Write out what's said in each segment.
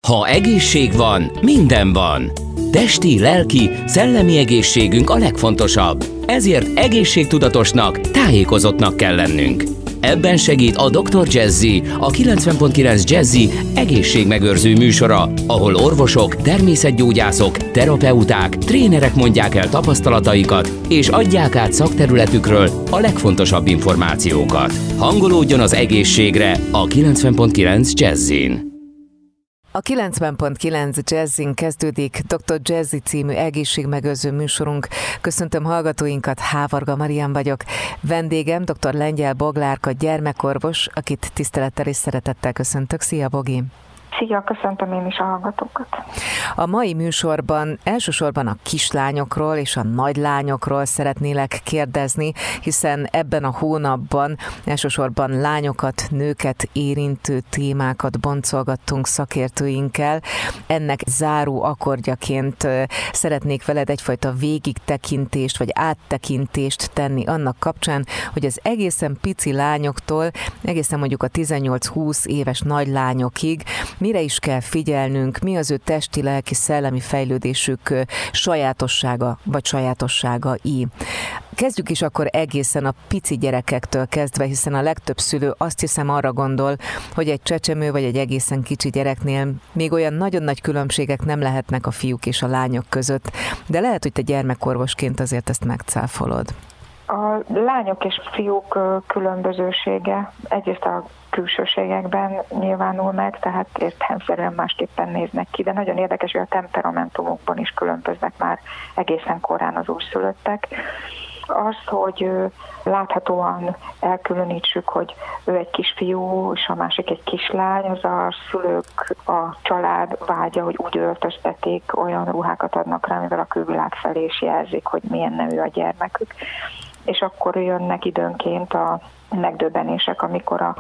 Ha egészség van, minden van. Testi, lelki, szellemi egészségünk a legfontosabb. Ezért egészségtudatosnak, tájékozottnak kell lennünk. Ebben segít a Dr. Jazzy, a 90.9 Jazzy egészségmegőrző műsora, ahol orvosok, természetgyógyászok, terapeuták, trénerek mondják el tapasztalataikat, és adják át szakterületükről a legfontosabb információkat. Hangolódjon az egészségre a 90.9 Jazzyn. A 90.9 Jazzyn kezdődik Dr. Jazzy című egészségmegőrző műsorunk. Köszöntöm hallgatóinkat, Hávarga Marian vagyok. Vendégem dr. Lengyel Boglárka, gyermekorvos, akit tisztelettel és szeretettel köszöntök. Szia, Bogi! Szia, köszöntöm én is a hallgatókat. A mai műsorban elsősorban a kislányokról és a nagylányokról szeretnélek kérdezni, hiszen ebben a hónapban elsősorban lányokat, nőket érintő témákat boncolgattunk szakértőinkkel. Ennek záró akkordjaként szeretnék veled egyfajta végigtekintést vagy áttekintést tenni annak kapcsán, hogy az egészen pici lányoktól egészen mondjuk a 18-20 éves nagylányokig mire is kell figyelnünk, mi az ő testi, lelki, szellemi fejlődésük sajátossága vagy sajátosságai. Kezdjük is akkor egészen a pici gyerekektől kezdve, hiszen a legtöbb szülő azt hiszem arra gondol, hogy egy csecsemő vagy egy egészen kicsi gyereknél még olyan nagyon nagy különbségek nem lehetnek a fiúk és a lányok között, de lehet, hogy te gyermekorvosként azért ezt megcáfolod. A lányok és fiúk különbözősége egyrészt a külsőségekben nyilvánul meg, tehát értelemszerűen másképpen néznek ki, de nagyon érdekes, hogy a temperamentumokban is különböznek már egészen korán az újszülöttek. Az, hogy láthatóan elkülönítsük, hogy ő egy kisfiú, és a másik egy kislány, az a szülők, a család vágya, hogy úgy öltöztetik, olyan ruhákat adnak rá, amivel a külvilág felé is jelzik, hogy milyen nemű a gyermekük. És akkor jönnek időnként a megdöbbenések, amikor a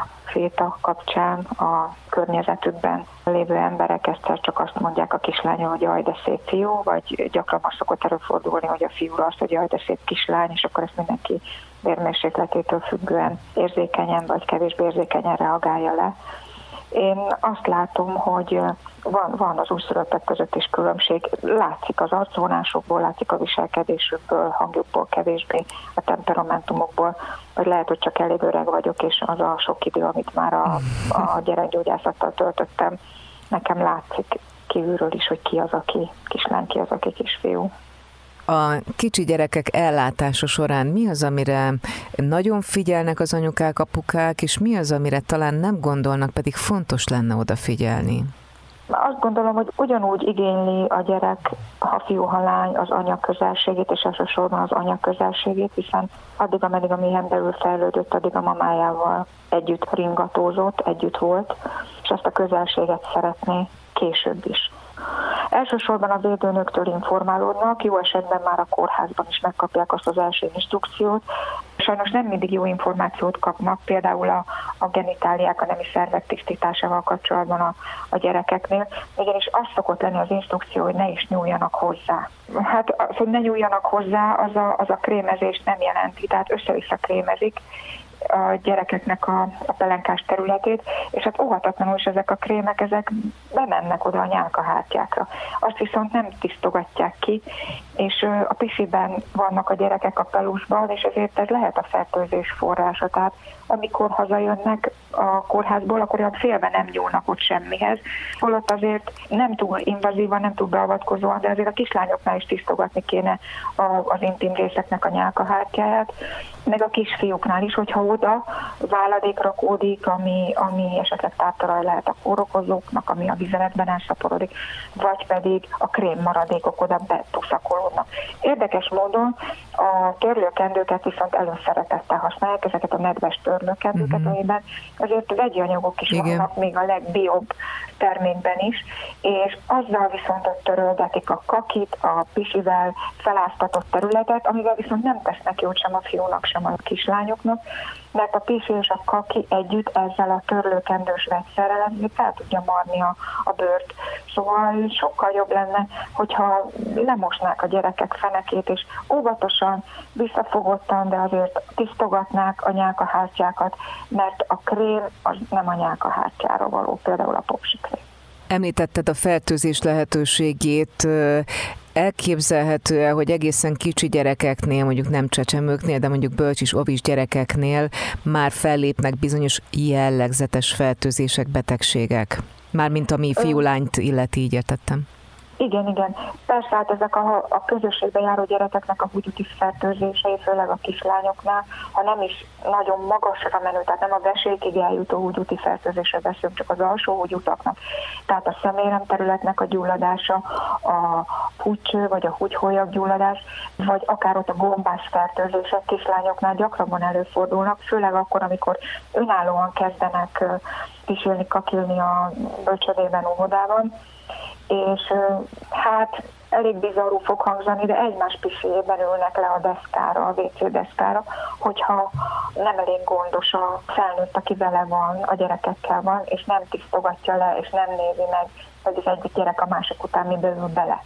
féta kapcsán a környezetükben lévő emberek egyszer csak azt mondják a kislánya, hogy jaj, de szép fiú, vagy gyakran azt szokott előfordulni, hogy a fiúra azt, hogy jaj, de szép kislány, és akkor ezt mindenki vérmérsékletétől függően érzékenyen, vagy kevésbé érzékenyen reagálja le. Én azt látom, hogy van az újszülöttek között is különbség. Látszik az arcvonásokból, látszik a viselkedésükből, hangjukból, kevésbé a temperamentumokból, hogy lehet, hogy csak elég öreg vagyok, és az a sok idő, amit már a gyerekgyógyászattal töltöttem, nekem látszik kívülről is, hogy ki az, aki kislány, ki az, aki kisfiú. A kicsi gyerekek ellátása során mi az, amire nagyon figyelnek az anyukák, apukák, és mi az, amire talán nem gondolnak, pedig fontos lenne odafigyelni? Azt gondolom, hogy ugyanúgy igényli a gyerek, ha fiú, ha lány, az anya közelségét, és elsősorban az anya közelségét, hiszen addig, ameddig a méhen belül fejlődött, addig a mamájával együtt ringatózott, együtt volt, és ezt a közelséget szeretné később is. Elsősorban a védőnöktől informálódnak, jó esetben már a kórházban is megkapják azt az első instrukciót. Sajnos nem mindig jó információt kapnak, például a genitáliák, a nemi szervek tisztításával kapcsolatban a gyerekeknél. Ugyanis az szokott lenni az instrukció, hogy ne is nyúljanak hozzá. Hát az, hogy ne nyúljanak hozzá, az a krémezést nem jelenti, tehát össze-vissza krémezik a gyerekeknek a pelenkás területét, és hát óhatatlanul is ezek a krémek, ezek bemennek oda a nyálkahártyákra. Azt viszont nem tisztogatják ki, és a pisiben vannak a gyerekek a pelusban, és ezért ez lehet a fertőzés forrása. Tehát amikor hazajönnek a kórházból, akkor olyan félve nem nyúlnak ott semmihez. Holott azért nem túl invazívan, nem túl beavatkozóan, de azért a kislányoknál is tisztogatni kéne az intim részeknek a nyálkahártyáját, meg a kisfiúknál is, hogyha oda váladék rakódik, ami esetleg táptalaj lehet a kórokozóknak, ami a vizeletben elszaporodik, vagy pedig a krém maradékok oda betuszakolódnak. Érdekes módon a törlőkendőket viszont előszeretettel használják, ezeket a nedves törlőkendőket, amiben azért vegyi anyagok is vannak, még a legbiobb termékben is, és azzal viszont ott törölgetik a kakit, a pisivel feláztatott területet, amivel viszont nem tesznek jót sem a fiúnak, sem a kislányoknak, mert a pisi és a kaki együtt ezzel a törlőkendős vegyszerrel fel tudja marni a bőrt. Szóval sokkal jobb lenne, hogyha lemosnák a gyerekek fenekét, és óvatosan, visszafogottan, de azért tisztogatnák a nyálkahártyákat, mert a krém az nem a nyálkahártyára való, például a popsikrém. Említetted a fertőzés lehetőségét. Elképzelhető-e, hogy egészen kicsi gyerekeknél, mondjuk nem csecsemőknél, de mondjuk bölcs és óvis gyerekeknél már fellépnek bizonyos jellegzetes fertőzések, betegségek? Mármint ami fiú-lányt illeti, így értettem. Igen. Persze, hát ezek a közösségben járó gyerekeknek a húgyúti fertőzései, főleg a kislányoknál, ha nem is nagyon magasra menő, tehát nem a vesékig eljutó húgyúti fertőzésre beszélünk, csak az alsó húgyutaknak. Tehát a szemérem területnek a gyulladása, a húgycső vagy a húgyhólyak gyulladás, vagy akár ott a gombás fertőzések kislányoknál gyakrabban előfordulnak, főleg akkor, amikor önállóan kezdenek kísérni, kakilni a bölcsödében, óvodában. És hát elég bizarrú fog hangzani, de egymás piséjében ülnek le a deszkára, a WC deszkára, hogyha nem elég gondos a felnőtt, aki vele van, a gyerekekkel van, és nem tisztogatja le, és nem nézi meg, hogy az egyik gyerek a másik után mibe ül bele.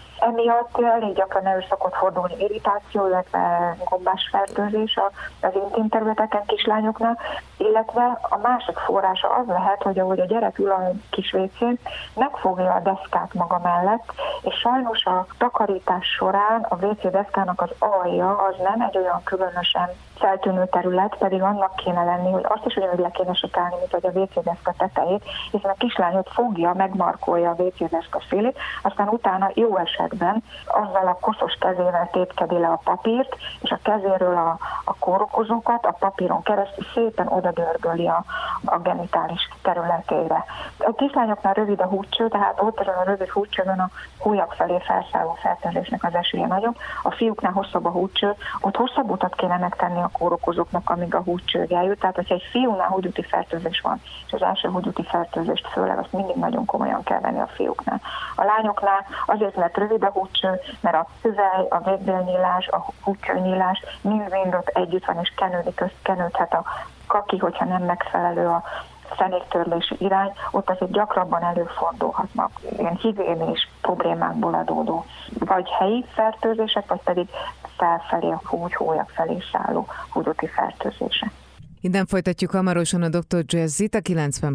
Emiatt elég gyakran elő szokott fordulni irritáció, illetve gombás fertőzés az intim területeken kislányoknál, illetve a másik forrása az lehet, hogy ahogy a gyerek ül a kis WC-n, megfogja a deszkát maga mellett, és sajnos a takarítás során a WC deszkának az alja az nem egy olyan különösen feltűnő terület, pedig annak kéne lenni, hogy azt is ugyanúgy le kéne sekálni, mint hogy a WC deszka tetejét, hiszen a kislány fogja, megmarkolja a WC deszka szélét, aztán utána jó esetben azzal a koszos kezével tépkedi le a papírt, és a kezéről a kórokozókat a papíron keresztül szépen oda dörgöli a genitális területére. A kislányoknál rövid a húgycső, tehát ott a rövid húgycsőben a húlyag felé felszálló fertőzésnek az esélye nagyobb. A fiúknál hosszabb a húgycső, ott hosszabb utat kéne megtenni a kórokozóknak, amíg a húgycsőig eljut. Tehát, hogyha egy fiúnál húgyúti fertőzés van, és az első húgyúti fertőzést főleg, azt mindig nagyon komolyan kell venni a fiúknál. A lányoknál azért lett rövid a húgycső, mert a tüvely, a végbélnyílás, a húgycsőnyílás mind ott együtt van, és kenődhet a kaki, hogyha nem megfelelő a fenéktörlési irány, ott azért gyakrabban előfordulhatnak ilyen higiénés problémákból adódó, vagy helyi fertőzések, vagy pedig felfelé a húgyhólyak felé szálló húgyúti fertőzések. Innen folytatjuk hamarosan a Dr. Jazzit, a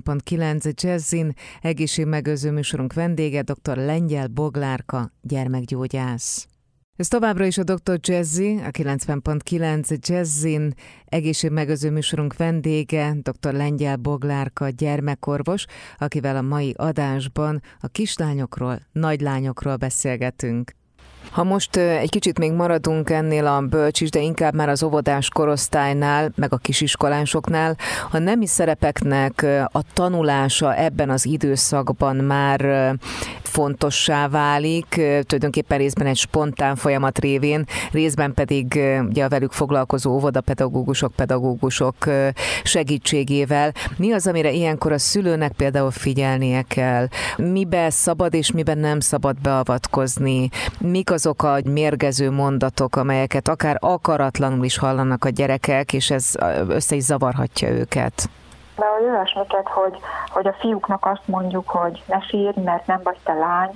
90.9 Jazzin egészségmegőrző műsorunk vendége, dr. Lengyel Boglárka, gyermekgyógyász. Ez továbbra is a Dr. Jazzy, a 90.9 Jazzin egészségmegőrző műsorunk vendége, dr. Lengyel Boglárka, gyermekorvos, akivel a mai adásban a kislányokról, nagylányokról beszélgetünk. Ha most egy kicsit még maradunk ennél a bölcsis, de inkább már az óvodás korosztálynál, meg a kisiskolásoknál, a nemi szerepeknek a tanulása ebben az időszakban már fontossá válik, tulajdonképpen részben egy spontán folyamat révén, részben pedig ugye a velük foglalkozó óvodapedagógusok, pedagógusok segítségével. Mi az, amire ilyenkor a szülőnek például figyelnie kell? Miben szabad és miben nem szabad beavatkozni? Mik azok a mérgező mondatok, amelyeket akár akaratlanul is hallanak a gyerekek, és ez össze is zavarhatja őket? De olyasmiket, hogy a fiúknak azt mondjuk, hogy ne sírj, mert nem vagy te lány,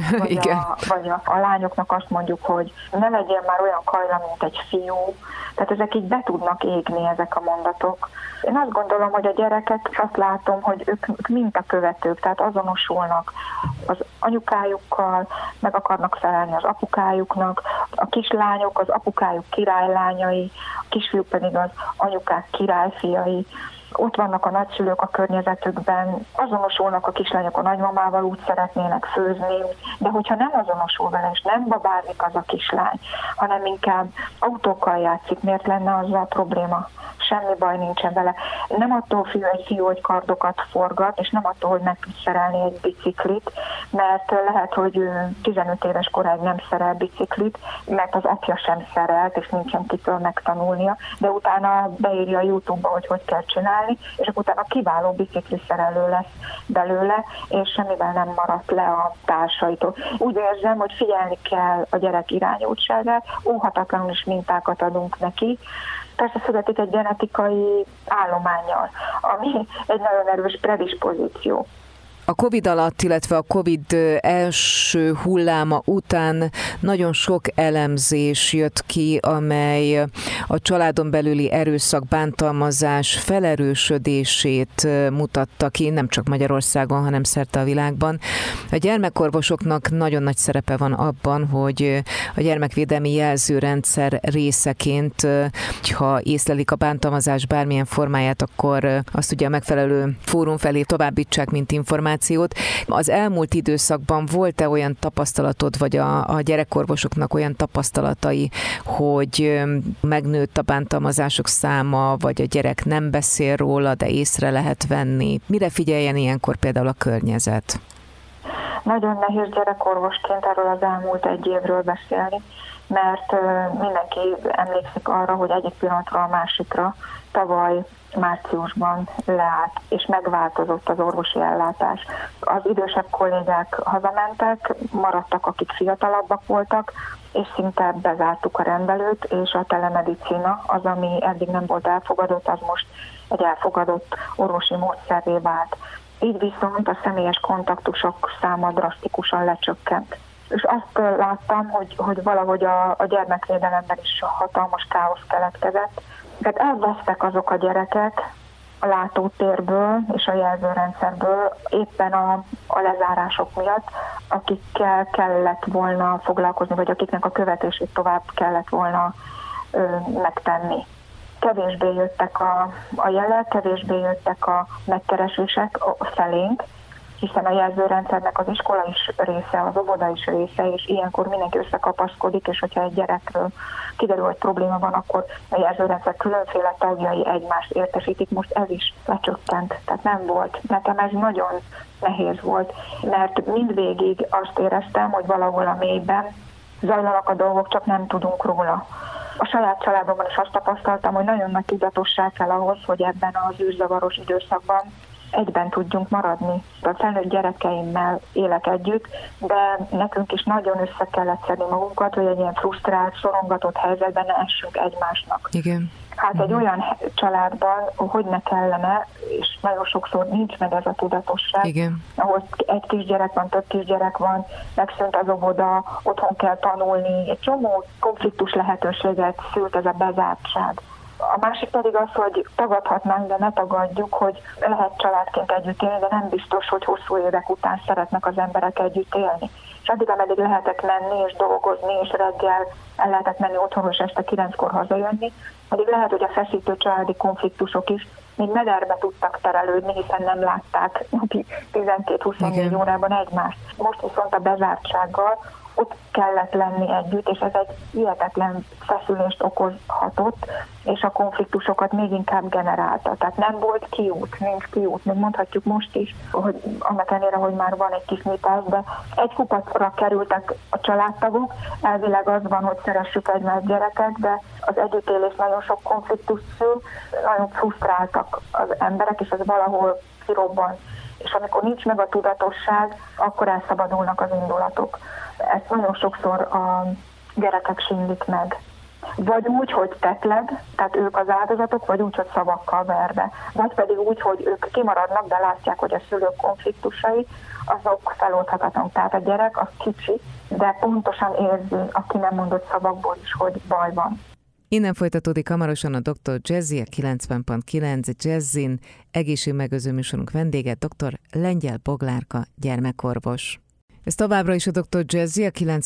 vagy a lányoknak azt mondjuk, hogy ne legyél már olyan kajla, mint egy fiú. Tehát ezek így be tudnak égni, ezek a mondatok. Én azt gondolom, hogy a gyerekek, azt látom, hogy ők mintakövetők, tehát azonosulnak az anyukájukkal, meg akarnak felelni az apukájuknak, a kislányok az apukájuk királylányai, a kisfiúk pedig az anyukák királyfiai. Ott vannak a nagyszülők a környezetükben, azonosulnak a kislányok a nagymamával, úgy szeretnének főzni, de hogyha nem azonosul vele, és nem babázik az a kislány, hanem inkább autókkal játszik, miért lenne azzal probléma? Semmi baj nincsen vele. Nem attól függ egy fiú, hogy kardokat forgat, és nem attól, hogy meg tud szerelni egy biciklit, mert lehet, hogy 15 éves koráig nem szerel biciklit, mert az apja sem szerelt, és nincsen kitől megtanulnia, de utána beírja a YouTube-ba, hogy kell csinálni, és akkor utána kiváló bicikliszerelő lesz belőle, és semmivel nem maradt le a társaitól. Úgy érzem, hogy figyelni kell a gyerek irányultságát, óhatatlanul is mintákat adunk neki. Persze születik egy genetikai állománnyal, ami egy nagyon erős predispozíció. A Covid alatt, illetve a Covid első hulláma után nagyon sok elemzés jött ki, amely a családon belüli erőszak, bántalmazás felerősödését mutatta ki, nem csak Magyarországon, hanem szerte a világban. A gyermekorvosoknak nagyon nagy szerepe van abban, hogy a gyermekvédelmi jelzőrendszer részeként, ha észlelik a bántalmazás bármilyen formáját, akkor azt ugye a megfelelő fórum felé továbbítsák, mint információt. Az elmúlt időszakban volt-e olyan tapasztalatod, vagy a gyerekorvosoknak olyan tapasztalatai, hogy megnőtt a bántalmazások száma, vagy a gyerek nem beszél róla, de észre lehet venni? Mire figyeljen ilyenkor például a környezet? Nagyon nehéz gyerekorvosként erről az elmúlt egy évről beszélni, mert mindenki emlékszik arra, hogy egyik pillanatról a másikra tavaly márciusban leállt, és megváltozott az orvosi ellátás. Az idősebb kollégák hazamentek, maradtak, akik fiatalabbak voltak, és szinte bezártuk a rendelőt, és a telemedicina, az, ami eddig nem volt elfogadott, az most egy elfogadott orvosi módszerré vált. Így viszont a személyes kontaktusok száma drasztikusan lecsökkent. És azt láttam, hogy valahogy a gyermekvédelemben is hatalmas káosz keletkezett. Tehát elvesztek azok a gyerekek a látótérből és a jelzőrendszerből éppen a lezárások miatt, akikkel kellett volna foglalkozni, vagy akiknek a követését tovább kellett volna megtenni. Kevésbé jöttek a jelek, kevésbé jöttek a megkeresések felénk, hiszen a jelzőrendszernek az iskola is része, az óvoda is része, és ilyenkor mindenki összekapaszkodik, és hogyha egy gyerekről kiderül, hogy probléma van, akkor a jelzőrendszer különféle tagjai egymást értesítik, most ez is lecsökkent, tehát nem volt. Nekem ez nagyon nehéz volt, mert mindvégig azt éreztem, hogy valahol a mélyben zajlanak a dolgok, csak nem tudunk róla. A saját családomban is azt tapasztaltam, hogy nagyon nagy tudatosság kell ahhoz, hogy ebben az űrzavaros időszakban egyben tudjunk maradni. A felnőtt gyerekeimmel élek együtt, de nekünk is nagyon össze kellett szedni magunkat, hogy egy ilyen frusztrált, szorongatott helyzetben ne essünk egymásnak. Igen. Hát egy olyan családban, hogy ne kellene, és nagyon sokszor nincs meg ez a tudatosság, igen, ahol egy kisgyerek van, több kisgyerek van, megszűnt az óvoda, otthon kell tanulni, egy csomó konfliktus lehetőséget szült ez a bezártság. A másik pedig az, hogy tagadhatnánk, de ne tagadjuk, hogy lehet családként együtt élni, de nem biztos, hogy hosszú évek után szeretnek az emberek együtt élni. És addig, ameddig lehetett menni és dolgozni, és reggel el lehetett menni otthonról, és este 9-kor hazajönni, addig lehet, hogy a feszítő családi konfliktusok is még mederbe tudtak terelődni, hiszen nem látták napi 12-24 órában egymást. Most viszont a bezártsággal ott kellett lenni együtt, és ez egy hihetetlen feszülést okozhatott, és a konfliktusokat még inkább generálta. Tehát nem volt kiút, nincs kiút. Még mondhatjuk most is, hogy annak ellenére, hogy már van egy kis nyitász, de egy kupacra kerültek a családtagok. Elvileg az van, hogy szeressük egymást gyerekek, de az együttélés nagyon sok konfliktus szül, nagyon frusztráltak az emberek, és ez valahol kirobban. És amikor nincs meg a tudatosság, akkor elszabadulnak az indulatok. Ezt nagyon sokszor a gyerekek sínlik meg. Vagy úgy, hogy tetleg, tehát ők az áldozatok, vagy úgy, hogy szavakkal verve. Vagy pedig úgy, hogy ők kimaradnak, de látják, hogy a szülők konfliktusai, azok feloldhatatlanok. Tehát a gyerek az kicsi, de pontosan érzi a ki nem mondott szavakból is, hogy baj van. Innen folytatódik hamarosan a Dr. Jazzy, a 90.9 Jazzin egészségmegőrző műsorunk vendége, dr. Lengyel Boglárka, gyermekorvos. Ez továbbra is a Dr. Jazzy, a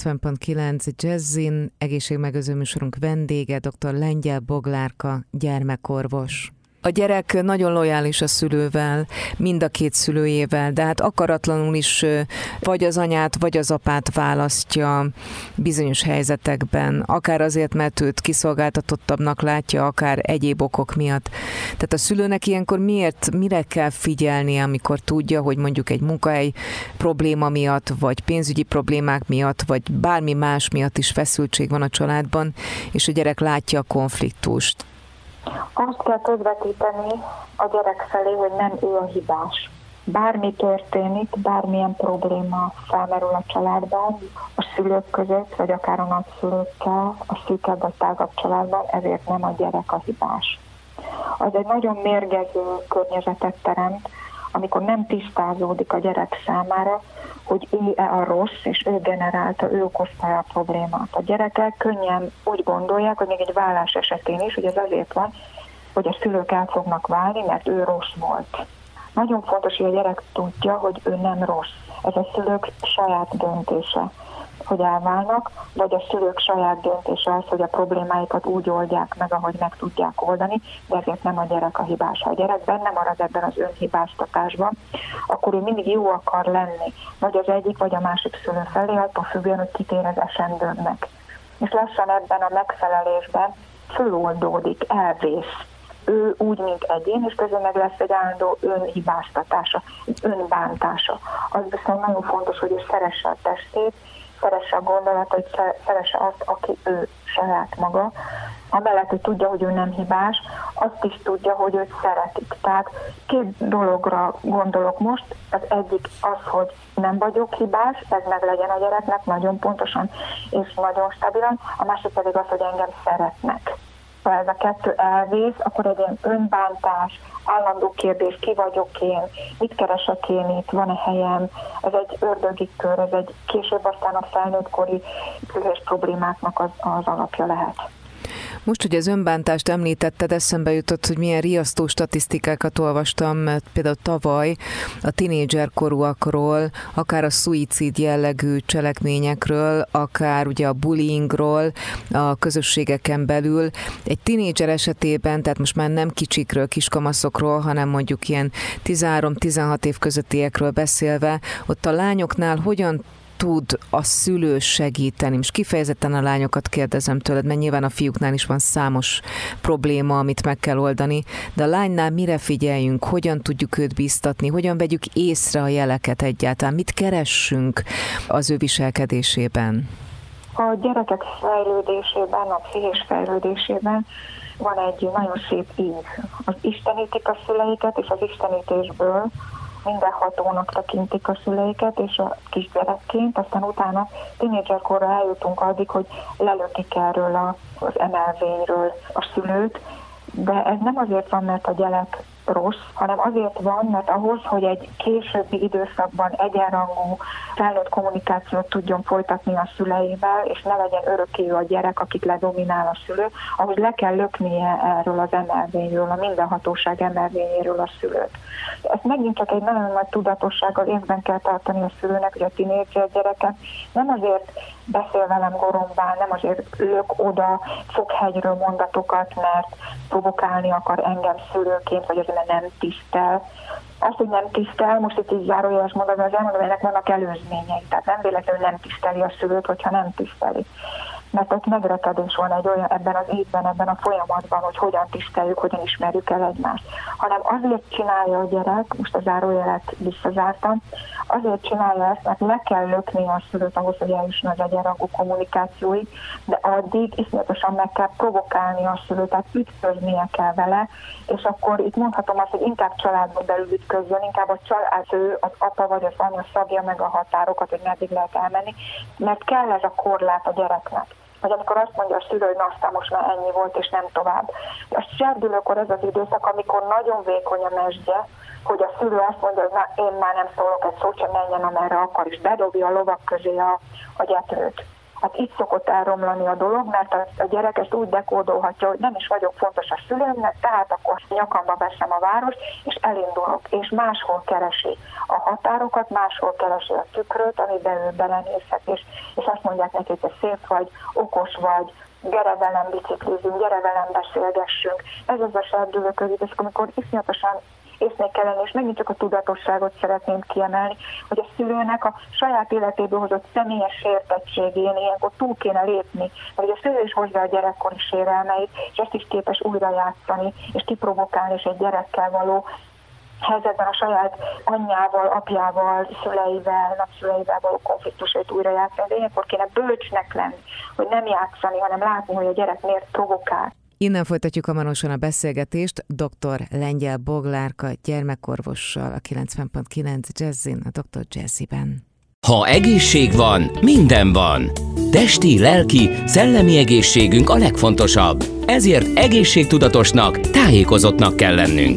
90.9 Jazzin egészségmegőrző műsorunk vendége, dr. Lengyel Boglárka, gyermekorvos. A gyerek nagyon lojális a szülővel, mind a két szülőjével, de hát akaratlanul is vagy az anyát, vagy az apát választja bizonyos helyzetekben, akár azért, mert őt kiszolgáltatottabbnak látja, akár egyéb okok miatt. Tehát a szülőnek ilyenkor mire kell figyelnie, amikor tudja, hogy mondjuk egy munkahely probléma miatt, vagy pénzügyi problémák miatt, vagy bármi más miatt is feszültség van a családban, és a gyerek látja a konfliktust. Azt kell közvetíteni a gyerek felé, hogy nem ő a hibás. Bármi történik, bármilyen probléma felmerül a családban, a szülők között, vagy akár a nagyszülőkkel, a szűkebb vagy tágabb családban, ezért nem a gyerek a hibás. Az egy nagyon mérgező környezetet teremt, amikor nem tisztázódik a gyerek számára, hogy ő-e a rossz, és ő generálta, ő okozta a problémát. A gyerekek könnyen úgy gondolják, hogy még egy vállás esetén is, hogy ez azért van, hogy a szülők el fognak válni, mert ő rossz volt. Nagyon fontos, hogy a gyerek tudja, hogy ő nem rossz. Ez a szülők saját döntése, hogy elválnak, vagy a szülők saját döntése az, hogy a problémáikat úgy oldják meg, ahogy meg tudják oldani, de ezért nem a gyerek a hibás. Ha a gyerek benne marad ebben az önhibáztatásban, akkor ő mindig jó akar lenni, vagy az egyik, vagy a másik szülő felé, attól függően, hogy kitér az esendőnek. És lassan ebben a megfelelésben föloldódik, elvész. Ő úgy, mint egyén, és közben meg lesz egy állandó önhibáztatása, önbántása. Az viszont nagyon fontos, hogy ő szeresse a testét, szeresse a gondolatot, szeresse azt, aki ő saját maga. Amellett, hogy tudja, hogy ő nem hibás, azt is tudja, hogy őt szeretik. Tehát két dologra gondolok most. Az egyik az, hogy nem vagyok hibás, ez meg legyen a gyereknek nagyon pontosan és nagyon stabilan. A másik pedig az, hogy engem szeretnek. Ha ez a kettő elvész, akkor egy ilyen önbántás, állandó kérdés, ki vagyok én, mit keresek én itt, van-e helyem, ez egy ördögi kör, ez egy később aztán a felnőttkori pszichés problémáknak az alapja lehet. Most, hogy az önbántást említetted, eszembe jutott, hogy milyen riasztó statisztikákat olvastam, például tavaly a tinédzserkorúakról, akár a szuicid jellegű cselekményekről, akár ugye a bullyingról, a közösségeken belül. Egy tinédzser esetében, tehát most már nem kicsikről, kiskamaszokról, hanem mondjuk ilyen 13-16 év közöttiekről beszélve, ott a lányoknál hogyan tud a szülő segíteni? Most kifejezetten a lányokat kérdezem tőled, mert nyilván a fiúknál is van számos probléma, amit meg kell oldani, de a lánynál mire figyeljünk, hogyan tudjuk őt bíztatni, hogyan vegyük észre a jeleket egyáltalán, mit keressünk az ő viselkedésében? A gyerekek fejlődésében, a pszichés fejlődésében van egy nagyon szép ív. Az istenítik a szüleiket, és az istenítésből mindenhatónak tekintik a szüleiket, és a kisgyerekként, aztán utána tínédzserkorra eljutunk addig, hogy lelökik erről az emelvényről a szülőt, de ez nem azért van, mert a gyerek rossz, hanem azért van, mert ahhoz, hogy egy későbbi időszakban egyenrangú felnőtt kommunikációt tudjon folytatni a szüleivel, és ne legyen örökké a gyerek, akit ledominál a szülő, ahhoz le kell löknie erről az emelvényről, a mindenhatóság emelvényéről a szülőt. Ezt megint csak egy nagyon nagy tudatossággal észben kell tartani a szülőnek, hogy a tinédzser gyereket nem azért beszél velem gorombán, nem azért lök oda foghegyről mondatokat, mert provokálni akar engem szülőként, vagy azért, mert nem tisztel. Azt, hogy nem tisztel, most itt így zárójeles mondatban az elmondom, hogy ennek vannak előzményei. Tehát nem véletlenül nem tiszteli a szülőt, hogyha nem tiszteli. Mert ott megrekedés van egy olyan ebben az évben, ebben a folyamatban, hogy hogyan tiszteljük, hogyan ismerjük el egymást. Hanem azért csinálja a gyerek, most a zárójelet visszazártam, azért csinálja ezt, mert le kell lökni a szülőt ahhoz, hogy eljusson az egyenrangú kommunikációig, de addig iszonyatosan meg kell provokálni a szülőt, tehát ütköznie kell vele, és akkor itt mondhatom azt, hogy inkább családban belül ütközzön, inkább a család, az apa vagy az anya szabja meg a határokat, hogy meddig lehet elmenni, mert kell ez a korlát a gyereknek. Vagy amikor azt mondja a szülő, hogy na, aztán most már ennyi volt, és nem tovább. A serdülőkor ez az időszak, amikor nagyon vékony a mesdje, hogy a szülő azt mondja, hogy na, én már nem szólok egy szót, sem menjen, amerre akar, és bedobja a lovak közé a gyeplőt. Hát itt szokott elromlani a dolog, mert a gyerek ezt úgy dekódolhatja, hogy nem is vagyok fontos a szülőmnek, tehát akkor nyakamba veszem a várost, és elindulok, és máshol keresi a határokat, máshol keresi a tükröt, amiben ő belenézhet, és azt mondják neki, hogy te szép vagy, okos vagy, gyere velem biciklizünk, gyere velem beszélgessünk. Ez az a serdülőköz időszak, amikor iszonyatosan észnél kellene, és megint csak a tudatosságot szeretném kiemelni, hogy a szülőnek a saját életéből hozott személyes sértettségén ilyenkor túl kéne lépni, hogy a szülő is hozza a gyerekkori sérelmeit, és ezt is képes újra játszani, és kiprovokálni, és egy gyerekkel való helyzetben a saját anyjával, apjával, szüleivel, nagyszüleivel való konfliktusait újra játszani, de ilyenkor kéne bölcsnek lenni, hogy nem játszani, hanem látni, hogy a gyerek miért provokál. Innen folytatjuk hamarosan a beszélgetést dr. Lengyel Boglárka gyermekorvossal a 90.9 Jazzin, a Dr. Jazziben. Ha egészség van, minden van. Testi, lelki, szellemi egészségünk a legfontosabb. Ezért egészségtudatosnak, tájékozottnak kell lennünk.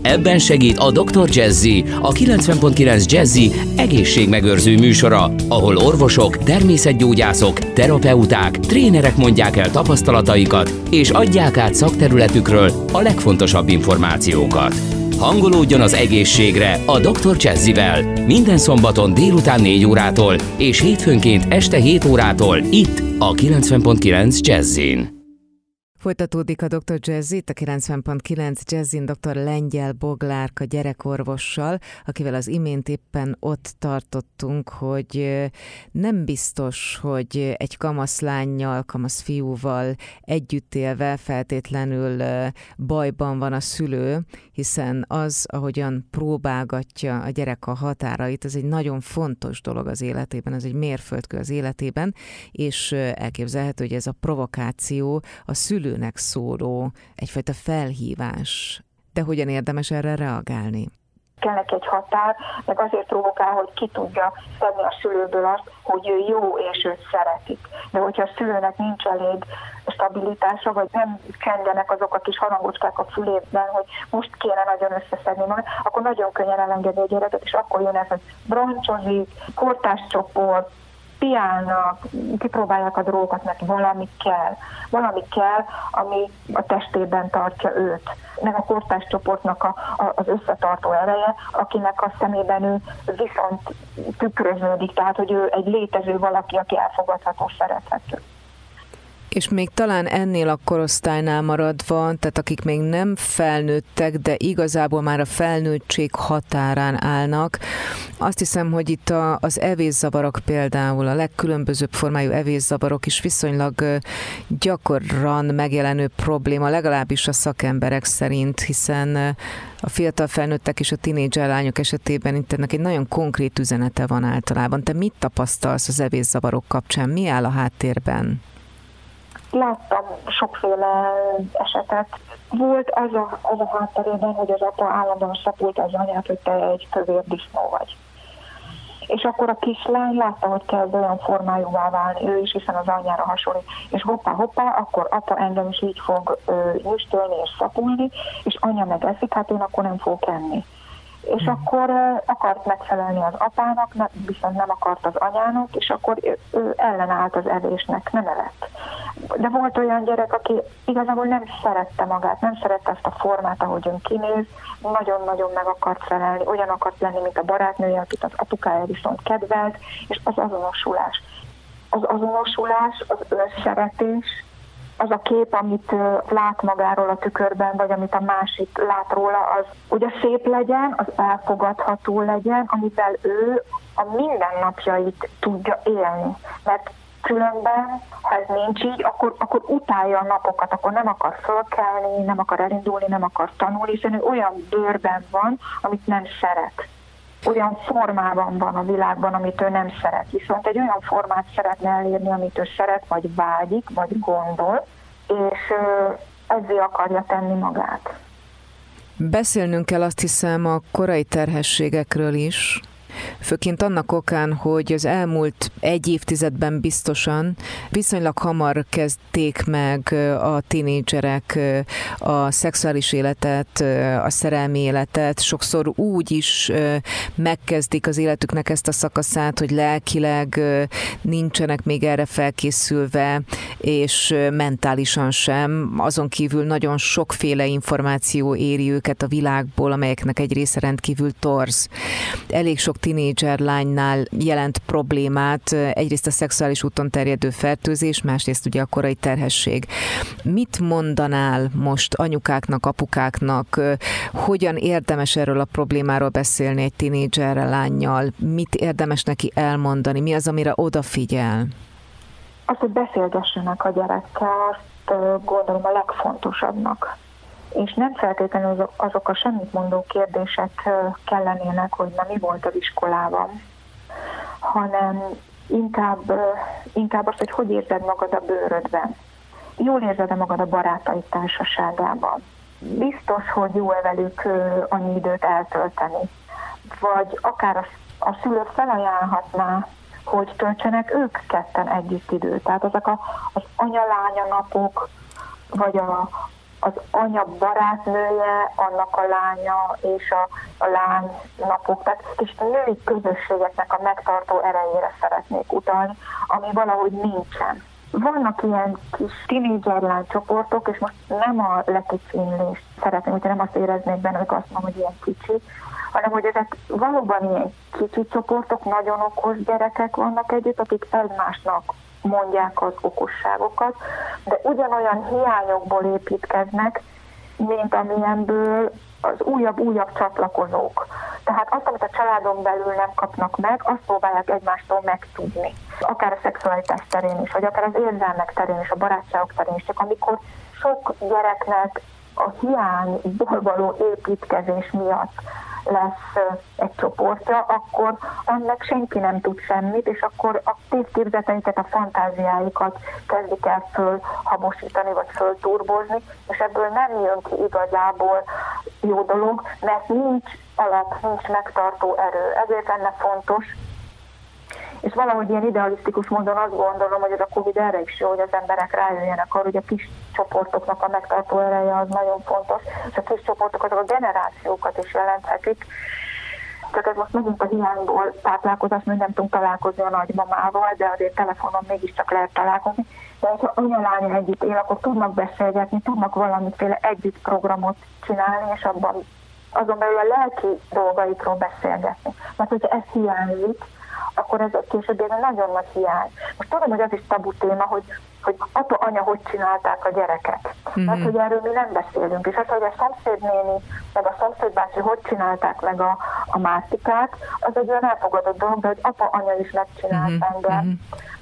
Ebben segít a Dr. Jazzy, a 90.9 Jazzy egészségmegőrző műsora, ahol orvosok, természetgyógyászok, terapeuták, trénerek mondják el tapasztalataikat, és adják át szakterületükről a legfontosabb információkat. Hangolódjon az egészségre a Dr. Jazzyvel minden szombaton délután 4 órától és hétfőnként este 7 órától itt a 90.9 Jazzyn. Folytatódik a Dr. Jazzy, itt a 90.9 Jazzyn dr. Lengyel Boglárka gyerekorvossal, akivel az imént éppen ott tartottunk, hogy nem biztos, hogy egy kamaszlánnyal, kamaszfiúval együtt élve feltétlenül bajban van a szülő, hiszen az, ahogyan próbálgatja a gyerek a határait, ez egy nagyon fontos dolog az életében, ez egy mérföldkő az életében, és elképzelhető, hogy ez a provokáció a szülőnek szóló egyfajta felhívás. De hogyan érdemes erre reagálni? Kell neki egy határ, meg azért provokál, hogy ki tudja szedni a szülőből azt, hogy ő jó és őt szeretik. De hogyha a szülőnek nincs elég stabilitása, vagy nem csendenek azok a kis harangocskák a fülében, hogy most kéne nagyon összeszedni magát, akkor nagyon könnyen elengedni a gyereket, és akkor jön ez, hogy brancsozik, kortáscsoport, piálnak, kipróbálják a drogokat, mert valami kell, ami a testében tartja őt. Meg a kortáscsoportnak az összetartó ereje, akinek a szemében ő viszont tükröződik, tehát hogy ő egy létező valaki, aki elfogadható, szerethető. És még talán ennél a korosztálynál maradva, tehát akik még nem felnőttek, de igazából már a felnőttség határán állnak, azt hiszem, hogy itt az evészavarok például, a legkülönbözőbb formájú evészavarok is viszonylag gyakran megjelenő probléma, legalábbis a szakemberek szerint, hiszen a fiatal felnőttek és a tinédzser lányok esetében itt ennek egy nagyon konkrét üzenete van általában. Te mit tapasztalsz az evészavarok kapcsán? Mi áll a háttérben? Láttam sokféle esetet. Volt az a hátterében, hogy az apa állandóan szapulta az anyát, hogy te egy kövér disznó vagy. És akkor a kislány látta, hogy kezd olyan formájúvá válni ő is, hiszen az anyjára hasonlít. És hoppá, akkor apa engem is így fog nyüstölni és szapulni, és anya meg eszik, hát én akkor nem fogok enni. És akkor akart megfelelni az apának, viszont nem akart az anyának, és akkor ő ellenállt az evésnek, nem evett. De volt olyan gyerek, aki igazából nem szerette magát, nem szerette ezt a formát, ahogy ön kinéz, nagyon-nagyon meg akart felelni, olyan akart lenni, mint a barátnője, akit az apukája viszont kedvelt, és az azonosulás. Az azonosulás, az önszeretés, az a kép, amit lát magáról a tükörben, vagy amit a másik lát róla, az ugye szép legyen, az elfogadható legyen, amivel ő a mindennapjait tudja élni. Mert különben, ha ez nincs így, akkor utálja a napokat, akkor nem akar fölkelni, nem akar elindulni, nem akar tanulni, hiszen ő olyan bőrben van, amit nem szeret. Olyan formában van a világban, amit ő nem szeret. Viszont egy olyan formát szeretne elérni, amit ő szeret, vagy vágyik, vagy gondol, és ezzel akarja tenni magát. Beszélnünk kell, azt hiszem, a korai terhességekről is, főként annak okán, hogy az elmúlt egy évtizedben biztosan viszonylag hamar kezdték meg a tínédzserek a szexuális életet, a szerelmi életet, sokszor úgy is megkezdik az életüknek ezt a szakaszát, hogy lelkileg nincsenek még erre felkészülve, és mentálisan sem. Azon kívül nagyon sokféle információ éri őket a világból, amelyeknek egy része rendkívül torz. Elég sok tínédzser lánynál jelent problémát, egyrészt a szexuális úton terjedő fertőzés, másrészt ugye a korai terhesség. Mit mondanál most anyukáknak, apukáknak, hogyan érdemes erről a problémáról beszélni egy tínédzser lánnyal? Mit érdemes neki elmondani? Mi az, amire odafigyel? Az, hogy beszélgessenek a gyerekkel, azt gondolom a legfontosabbnak. És nem feltétlenül azok a semmit mondó kérdések kellenének, hogy na mi volt az iskolában, hanem inkább azt, hogy érzed magad a bőrödben. Jól érzed magad a barátaid társaságában. Biztos, hogy jó velük annyi időt eltölteni. Vagy akár a szülő felajánlhatná, hogy töltsenek ők ketten együtt időt. Tehát ezek az anya-lánya napok, vagy az anya barátnője, annak a lánya és a lány napok, tehát és a női közösségeknek a megtartó erejére szeretnék utalni, ami valahogy nincsen. Vannak ilyen kis tínédzser csoportok, és most nem a lekicsinlést szeretném, hogyha nem azt éreznék benne, hogy azt mondom, hogy ilyen kicsi, hanem hogy ezek valóban ilyen kicsi csoportok, nagyon okos gyerekek vannak együtt, akik egymásnak mondják az okosságokat, de ugyanolyan hiányokból építkeznek, mint amilyenből az újabb csatlakozók. Tehát azt, amit a családon belül nem kapnak meg, azt próbálják egymástól megtudni. Akár a szexualitás terén is, vagy akár az érzelmek terén is, a barátságok terén is, csak amikor sok gyereknek a hiányból való építkezés miatt lesz egy csoportja, akkor annak senki nem tud semmit, és akkor a képzeteiket, a fantáziáikat kezdik el fölhabosítani, vagy fölturbozni, és ebből nem jön ki igazából jó dolog, mert nincs alap, nincs megtartó erő. Ezért lenne fontos, és valahogy ilyen idealisztikus módon azt gondolom, hogy ez a Covid erre is jó, hogy az emberek rájöjjenek arra, hogy a kis csoportoknak a megtartó ereje az nagyon fontos, és a kis csoportok azok a generációkat is jelenthetik. Csak ez most megint a hiányból táplálkozás, mert nem tudunk találkozni a nagymamával, de azért telefonon mégiscsak lehet találkozni. De ha anya-lánya együtt él, akkor tudnak beszélgetni, tudnak valamiféle együtt programot csinálni, és azon belül a lelki dolgaikról beszélgetni. Mert hogyha ez hiányzik, akkor ez később egy nagyon nagy hiány. Most tudom, hogy az is tabu téma, hogy apa-anya hogy csinálták a gyereket. Mert hogy erről mi nem beszélünk. És az, hogy a szomszédnéni, meg a szomszédbácsi hogy csinálták meg a Mártikát, az egy olyan elfogadott dolog, de hogy apa-anya is megcsinált engem,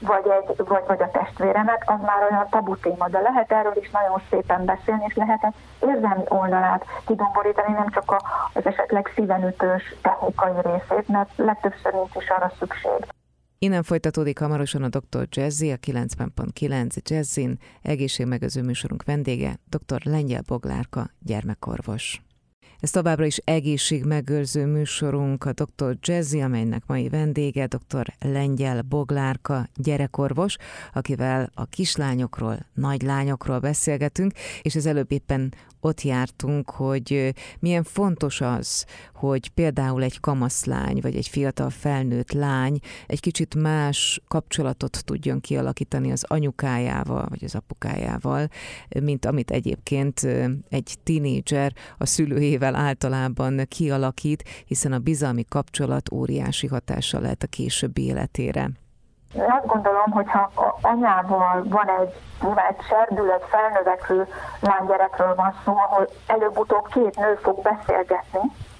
vagy a testvéremet, az már olyan tabu téma. De lehet erről is nagyon szépen beszélni, és lehet érzelmi oldalát kidomborítani, nem csak az esetleg szívenütős technikai részét, mert legtöbbször nincs is arra szükség. Innen folytatódik hamarosan a Dr. Jazzy, a 90.9 Jazzin, egészségmegőrző műsorunk vendége, dr. Lengyel Boglárka, gyermekorvos. Ez továbbra is egészségmegőrző műsorunk, a Dr. Jazzy, amelynek mai vendége dr. Lengyel Boglárka, gyerekorvos, akivel a kislányokról, nagylányokról beszélgetünk, és az előbb éppen ott jártunk, hogy milyen fontos az, hogy például egy kamaszlány, vagy egy fiatal felnőtt lány egy kicsit más kapcsolatot tudjon kialakítani az anyukájával, vagy az apukájával, mint amit egyébként egy tínédzser a szülőjével általában kialakít, hiszen a bizalmi kapcsolat óriási hatással lehet a későbbi életére. Én azt gondolom, hogyha anyával van egy serdülő, felnövekvő lánygyerekről van szó, ahol előbb-utóbb két nő fog beszélgetni,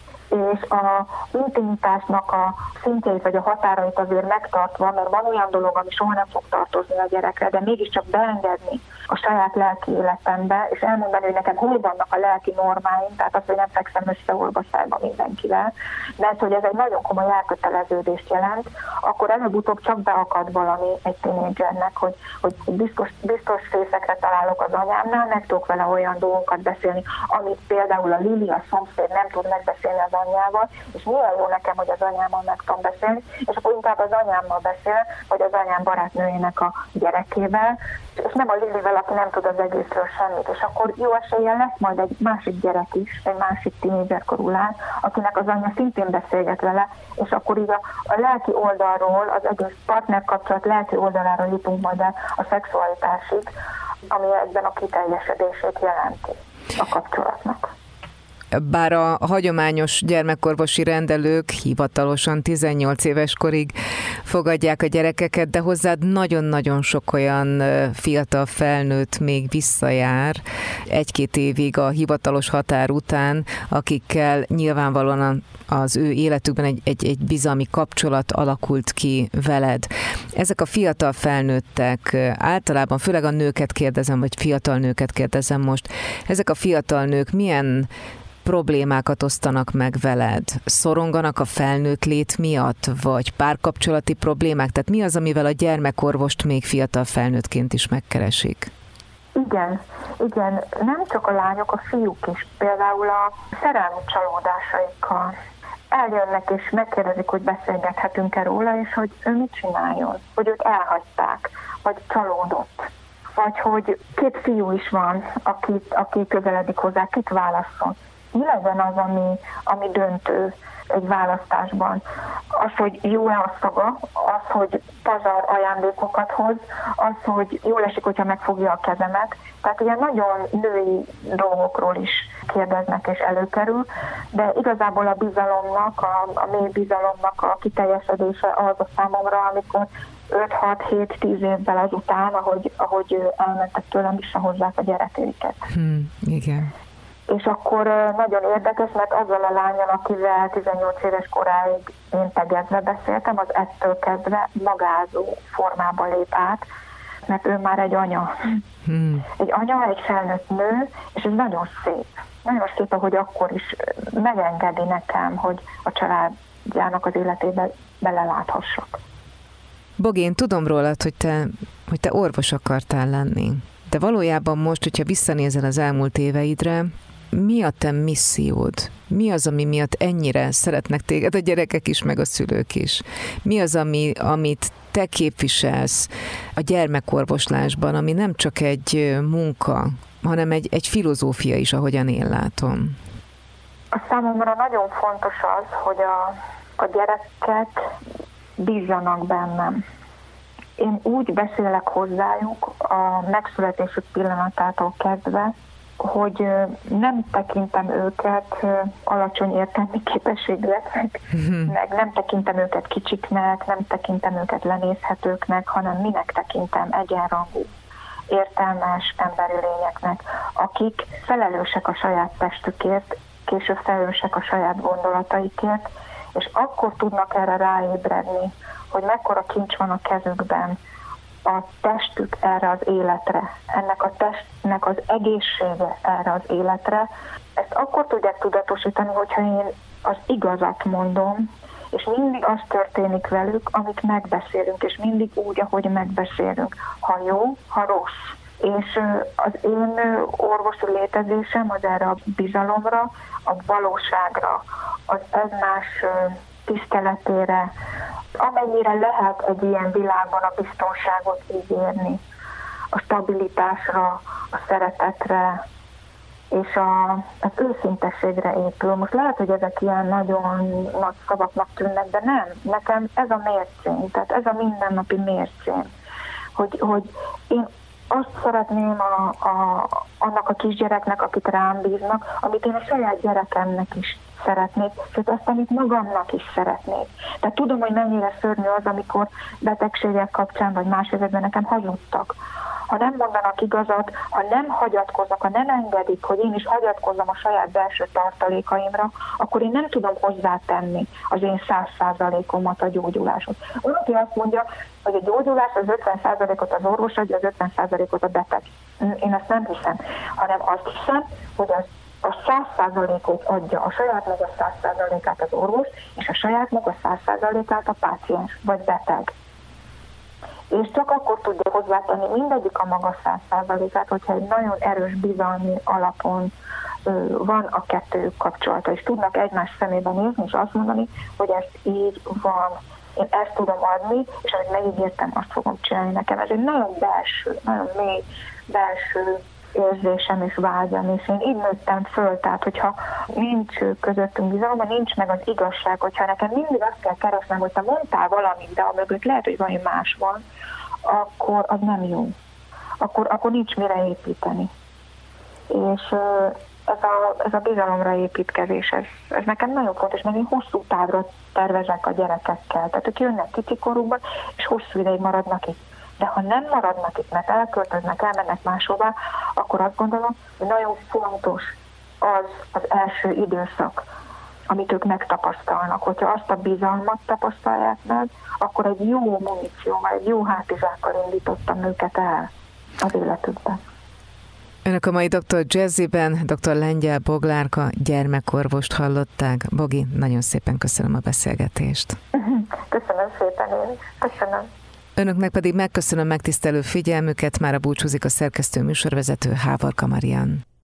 és a intimitásnak a szintjeit vagy a határait azért megtartva, mert van olyan dolog, ami soha nem fog tartozni a gyerekre, de mégiscsak beengedni a saját lelki életembe, és elmondani, hogy nekem hol vannak a lelki normáim, tehát az, hogy nem fekszem össze orvoszájba mindenkivel, mert hogy ez egy nagyon komoly elköteleződést jelent, akkor előbb-utóbb csak beakad valami egy tínédzsernek, hogy biztos fészekre találok az anyámnál, meg tudok vele olyan dolgokat beszélni, amit például a Lili, a szomszéd nem tud megbeszélni az anyjával, és milyen jó nekem, hogy az anyámmal meg tudom beszélni, és akkor inkább az anyámmal beszél, vagy az anyám barátnőjének a gyerekével, és nem a Lilivel, aki nem tud az egészről semmit, és akkor jó eséllyel lesz majd egy másik gyerek is, egy másik tínédzserkorú lány, akinek az anyja szintén beszélget vele, és akkor így a lelki oldalról, az egész partnerkapcsolat lelki oldaláról jutunk majd el a szexualitásig, ami ebben a kiteljesedését jelenti a kapcsolatnak. Bár a hagyományos gyermekorvosi rendelők hivatalosan 18 éves korig fogadják a gyerekeket, de hozzád nagyon-nagyon sok olyan fiatal felnőtt még visszajár 1-2 évig a hivatalos határ után, akikkel nyilvánvalóan az ő életükben egy bizalmi kapcsolat alakult ki veled. Ezek a fiatal felnőttek általában, főleg a nőket kérdezem, vagy fiatal nőket kérdezem most, ezek a fiatal nők milyen problémákat osztanak meg veled? Szoronganak a felnőtt lét miatt, vagy párkapcsolati problémák? Tehát mi az, amivel a gyermekorvost még fiatal felnőttként is megkeresik? Igen. Nem csak a lányok, a fiúk is. Például a szerelmi csalódásaikkal eljönnek és megkérdezik, hogy beszélgethetünk-e róla, és hogy ő mit csináljon, hogy őt elhagyták, vagy csalódott. vagy hogy 2 fiú is van, aki közeledik hozzá, kit válasszon. Mi legyen az, ami döntő egy választásban? Az, hogy jó-e a szaga, az, hogy pazar ajándékokat hoz, az, hogy jól esik, hogyha megfogja a kezemet. Tehát ugye nagyon női dolgokról is kérdeznek és előkerül, de igazából a bizalomnak, a mély bizalomnak a kiteljesedése az a számomra, amikor 5-6-7-10 évvel azután, ahogy elmentek tőlem, visszahozzák a gyerekeiket. Igen. És akkor nagyon érdekes, mert azzal a lánnyal, akivel 18 éves koráig én tegezve beszéltem, az ettől kezdve magázó formába lép át, mert ő már egy anya. Egy anya, egy felnőtt nő, és ez nagyon szép. Nagyon szép, ahogy akkor is megengedi nekem, hogy a családjának az életébe beleláthassak. Bogi, én tudom rólad, hogy te orvos akartál lenni. De valójában most, hogyha visszanézel az elmúlt éveidre, mi a te missziód? Mi az, ami miatt ennyire szeretnek téged a gyerekek is, meg a szülők is? Mi az, amit te képviselsz a gyermekorvoslásban, ami nem csak egy munka, hanem egy filozófia is, ahogyan én látom? A számomra nagyon fontos az, hogy a gyerekek bízzanak bennem. Én úgy beszélek hozzájuk a megszületésük pillanatától kezdve, hogy nem tekintem őket alacsony értelmi képességűeknek, meg nem tekintem őket kicsiknek, nem tekintem őket lenézhetőknek, hanem minek tekintem egyenrangú, értelmes emberi lényeknek, akik felelősek a saját testükért, később felelősek a saját gondolataikért, és akkor tudnak erre ráébredni, hogy mekkora kincs van a kezükben, a testük erre az életre, ennek a testnek az egészsége erre az életre. Ezt akkor tudják tudatosítani, hogyha én az igazat mondom, és mindig az történik velük, amit megbeszélünk, és mindig úgy, ahogy megbeszélünk. Ha jó, ha rossz. És az én orvosi létezésem az erre a bizalomra, a valóságra, az egymás tiszteletére, amennyire lehet egy ilyen világban a biztonságot ígérni, a stabilitásra, a szeretetre és az őszintességre épül. Most lehet, hogy ezek ilyen nagyon nagy szavaknak tűnnek, de nem. Nekem ez a mércén, tehát ez a mindennapi mércén, hogy én azt szeretném annak a kisgyereknek, akit rám bíznak, amit én a saját gyerekemnek is szeretnék, sőt azt, amit magamnak is szeretnék. De tudom, hogy mennyire szörnyű az, amikor betegségek kapcsán, vagy más esetben nekem hazudtak. Ha nem mondanak igazat, ha nem hagyatkoznak, ha nem engedik, hogy én is hagyatkozzam a saját belső tartalékaimra, akkor én nem tudom hozzátenni az én 100%-omat a gyógyuláshoz. Valaki azt mondja, hogy a gyógyulás az 50%-ot az orvos adja, az 50%-ot a beteg. Én ezt nem hiszem, hanem azt hiszem, hogy a 100%-ot adja a saját maga 100%-át az orvos, és a saját maga 100%-át a páciens vagy beteg. És csak akkor tudja hozzátenni mindegyik a maga 100%-át, hogyha egy nagyon erős bizalmi alapon van a kettőjük kapcsolata, és tudnak egymás szemébe nézni, és azt mondani, hogy ez így van. Én ezt tudom adni, és amit megígértem, azt fogom csinálni nekem. Ez egy nagyon belső, nagyon mély belső érzésem és vágyam, és én így nőttem föl, tehát hogyha nincs közöttünk bizalom, nincs meg az igazság, hogyha nekem mindig azt kell keresnem, hogy te mondtál valamit, de amögött lehet, hogy valami más van, akkor az nem jó. Akkor nincs mire építeni. És ez a bizalomra építkezés, ez nekem nagyon fontos, mert én hosszú távra tervezek a gyerekekkel. Tehát ők jönnek kicsikorukban, és hosszú ideig maradnak itt. De ha nem maradnak itt, mert elköltöznek, elmennek máshová, akkor azt gondolom, hogy nagyon fontos az első időszak, amit ők megtapasztalnak. Hogyha azt a bizalmat tapasztalják meg, akkor egy jó munícióval, egy jó hátizsákkal indítottam őket el az életükben. Önök a mai Dr. Jazzyben dr. Lengyel Boglárka gyermekorvost hallották. Bogi, nagyon szépen köszönöm a beszélgetést. Köszönöm szépen én is. Köszönöm. Önöknek pedig megköszönöm megtisztelő figyelmüket, mára búcsúzik a szerkesztő műsorvezető Hávarka Marian.